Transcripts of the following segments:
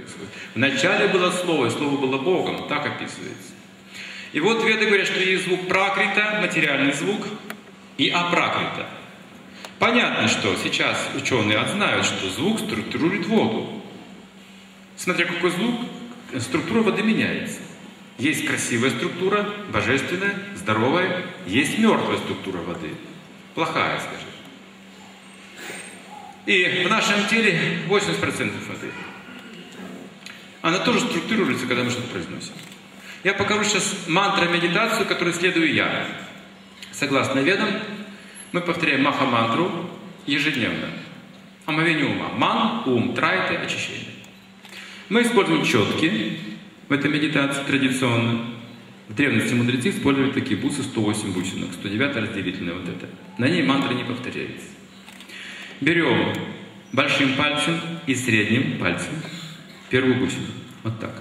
происходит. Вначале было слово, и слово было Богом, так описывается. И вот веды говорят, что есть звук пракрита, материальный звук, и апракрита. Понятно, что сейчас ученые знают, что звук структурирует воду. Смотря какой звук, структура воды меняется. Есть красивая структура, божественная, здоровая, есть мертвая структура воды, плохая, скажем. И в нашем теле 80% воды. Она тоже структурируется, когда мы что-то произносим. Я покажу сейчас мантра-медитацию, которую исследую я. Согласно ведам, мы повторяем маха-мантру ежедневно. Омовение ума. Ман, ум, трайта, очищение. Мы используем четки в этой медитации традиционно. В древности мудрецы использовали такие бусы, 108 бусинок, 109 разделительная вот это. На ней мантра не повторяется. Берем большим пальцем и средним пальцем первую бусину. Вот так.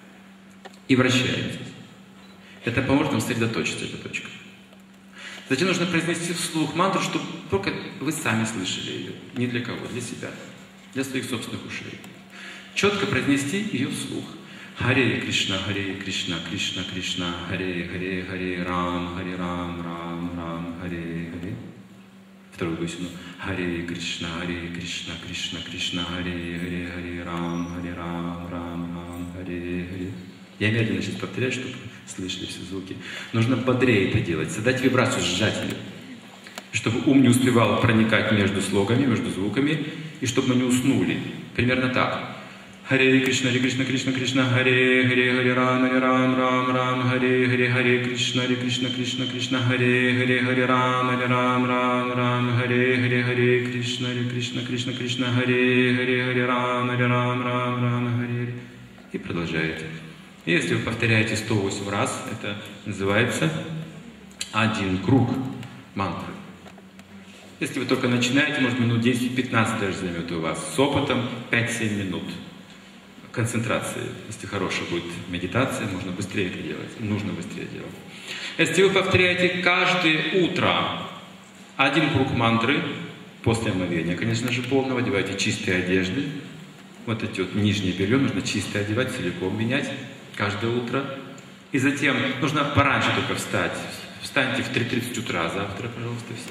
И вращаете. Это поможет нам сосредоточиться, эта точка. Затем нужно произнести вслух мантру, чтобы только вы сами слышали ее. Не для кого, для себя. Для своих собственных ушей. Четко произнести ее вслух. Харе Кришна, Кришна, Кришна, Харе, Харе, Харе, Рам, Рам, Рам, Харе, Харе. Вторую бусину. Харе Кришна, Кришна, Кришна, Харе, Харе, Харе, Рам, Рам, Харе, Харе. Я медленно сейчас повторяю, чтобы слышали все звуки. Нужно бодрее это делать, задать вибрацию, сжать ее. Чтобы ум не успевал проникать между слогами, между звуками, и чтобы мы не уснули. Примерно так. Харе Кришна, Кришна, Кришна, Харе, Харе, Харе, Рам, Рам, Харе, Харе Кришна, Кришна, Кришна, Харе, Харе, Рам, Рам, Харе, Харе Кришна, Кришна, Харе, Харе, Рам, Харе. И продолжаете. Если вы повторяете 108 раз, это называется один круг мантры. Если вы только начинаете, может минут 10-15 даже займет у вас. С опытом 5-7 минут. Концентрации. Если хорошая будет медитация, можно быстрее это делать. Нужно быстрее делать. Если вы повторяете каждое утро один круг мантры, после омовения, конечно же, полного, одевайте чистые одежды. Вот эти вот нижние белье нужно чисто одевать, целиком менять каждое утро. И затем нужно пораньше только встать. Встаньте в 3:30 утра завтра, пожалуйста, все.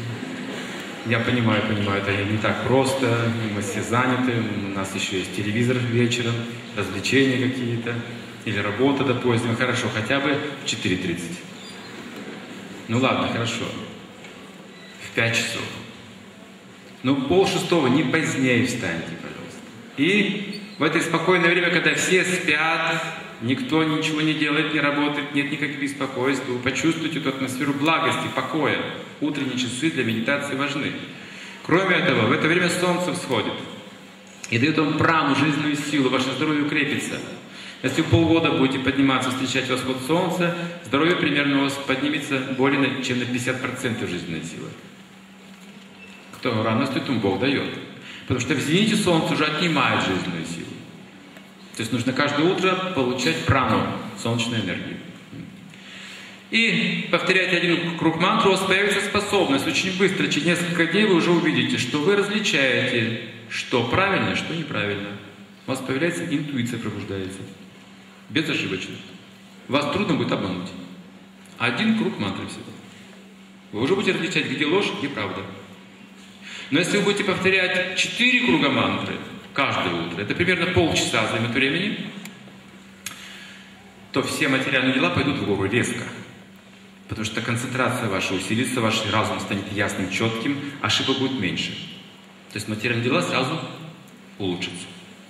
Я понимаю, это не так просто, мы все заняты, у нас еще есть телевизор вечером, развлечения какие-то, или работа до позднего. Хорошо, хотя бы в 4:30. Ну ладно, хорошо. В 5 часов. Ну, 5:30, не позднее встаньте, пожалуйста. И в это спокойное время, когда все спят, никто ничего не делает, не работает, нет никаких беспокойств, вы почувствуете эту атмосферу благости, покоя. Утренние часы для медитации важны. Кроме этого, в это время солнце всходит и дает вам прану, жизненную силу, ваше здоровье укрепится. Если полгода будете подниматься, встречать восход солнца, здоровье примерно у вас поднимется более чем на 50% жизненной силы. Кто рано стоит, ему Бог дает. Потому что в зените солнце уже отнимает жизненную силу. То есть нужно каждое утро получать прану, солнечную энергию. И повторяйте один круг мантры, у вас появится способность. Очень быстро, через несколько дней вы уже увидите, что вы различаете, что правильно, что неправильно. У вас появляется интуиция, пробуждается. Безошибочно. Вас трудно будет обмануть. Один круг мантры всего. Вы уже будете различать, где ложь, где правда. Но если вы будете повторять 4 круга мантры каждое утро, это примерно полчаса займет времени, то все материальные дела пойдут в гору резко. Потому что концентрация ваша усилится, ваш разум станет ясным, четким, ошибок будет меньше. То есть материальные дела сразу улучшатся.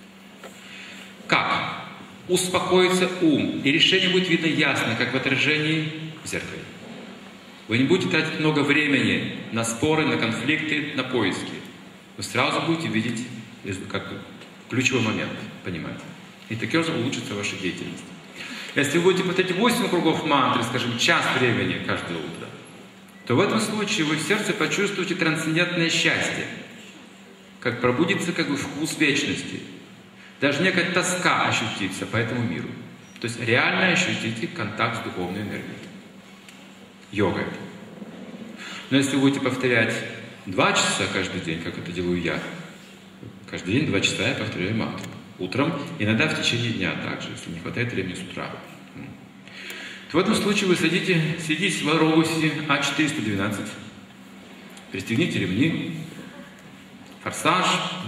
Как? Успокоится ум, и решение будет видно ясно, как в отражении в зеркале. Вы не будете тратить много времени на споры, на конфликты, на поиски. Вы сразу будете видеть как ключевой момент, понимаете. И таким образом улучшится ваша деятельность. Если вы будете повторять 8 кругов мантры, скажем, час времени каждое утро, то в этом случае вы в сердце почувствуете трансцендентное счастье, как пробудится как бы вкус вечности. Даже некая тоска ощутится по этому миру. То есть реально ощутите контакт с духовной энергией. Йога это. Но если вы будете повторять 2 часа каждый день, как это делаю я, каждый день 2 часа я повторяю мантру. утром, иногда в течение дня также, если не хватает времени с утра. В этом случае вы садитесь в аэробусе А412, пристегните ремни, форсаж.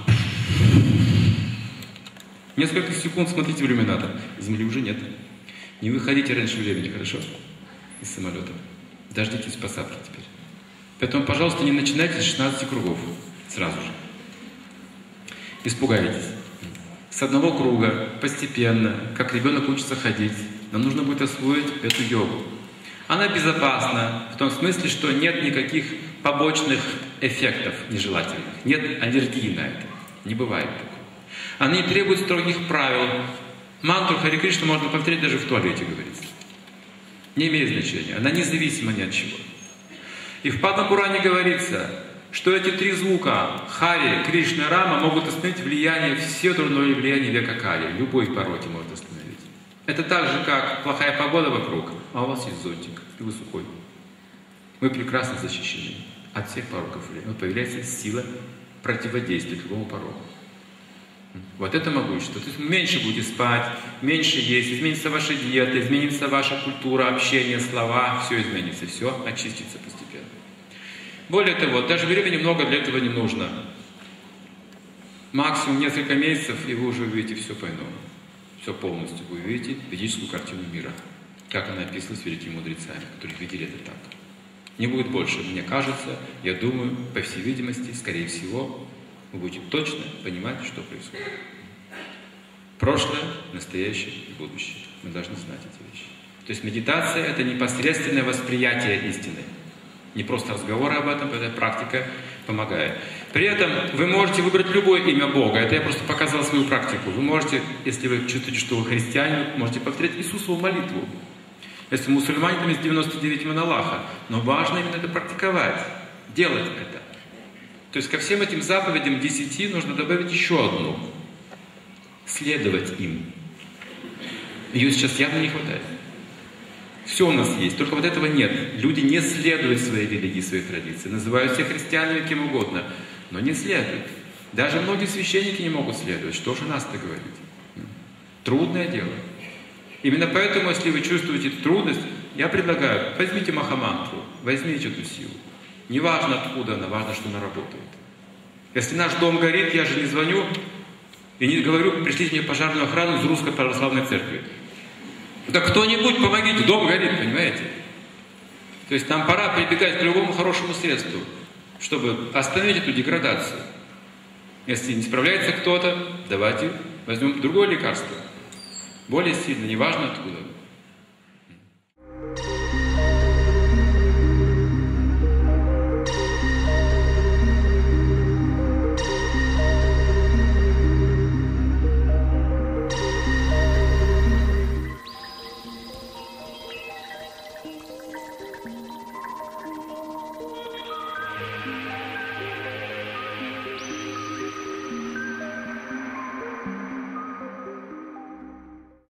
Несколько секунд смотрите в иллюминатор. Земли уже нет. Не выходите раньше времени, хорошо? Из самолета. Дождитесь посадки теперь. Поэтому, пожалуйста, не начинайте с 16 кругов сразу же. Испугаетесь. С одного круга, постепенно, как ребенок учится ходить, нам нужно будет освоить эту йогу. Она безопасна в том смысле, что нет никаких побочных эффектов нежелательных, нет аллергии на это. Не бывает такого. Она не требует строгих правил. Мантру Харе Кришна можно повторять даже в туалете, говорится. Не имеет значения. Она независима ни от чего. И в Падма-Пуране говорится, что эти три звука Хари, Кришна, Рама могут остановить влияние, все дурное влияние века Кали. Любой пороте может остановить. Это так же, как плохая погода вокруг, а у вас есть зонтик, и вы сухой. Вы прекрасно защищены от всех пороков влияния. Вот появляется сила противодействия любому пороку. Вот это могущество. То есть меньше будете спать, меньше есть, изменится ваша диета, изменится ваша культура, общение, слова, все изменится, все очистится постепенно. Более того, даже времени много для этого не нужно. Максимум несколько месяцев, и вы уже увидите все по-иному. Все полностью вы увидите ведическую картину мира, как она описывалась великими мудрецами, которые видели это так. Не будет больше, мне кажется, я думаю, по всей видимости, скорее всего, вы будете точно понимать, что происходит. Прошлое, настоящее и будущее. Мы должны знать эти вещи. То есть медитация – это непосредственное восприятие истины. Не просто разговоры об этом, эта практика помогает. При этом вы можете выбрать любое имя Бога. Это я просто показал свою практику. Вы можете, если вы чувствуете, что вы христианин, можете повторять Иисусову молитву. Если мусульмане, там есть 99 имен Аллаха. Но важно именно это практиковать, делать это. То есть ко всем этим заповедям 10 нужно добавить еще одну. Следовать им. Ее сейчас явно не хватает. Все у нас есть, только вот этого нет. Люди не следуют своей религии, своей традиции. Называют себя христианами кем угодно, но не следуют. Даже многие священники не могут следовать. Что же нас-то говорить? Трудное дело. Именно поэтому, если вы чувствуете трудность, я предлагаю, возьмите махамантру, возьмите эту силу. Не важно откуда она, важно, что она работает. Если наш дом горит, я же не звоню и не говорю, пришлите мне пожарную охрану из Русской Православной Церкви. Да кто-нибудь помогите, дом горит, понимаете? То есть нам пора прибегать к любому хорошему средству, чтобы остановить эту деградацию. Если не справляется кто-то, давайте возьмем другое лекарство. Более сильное, неважно откуда.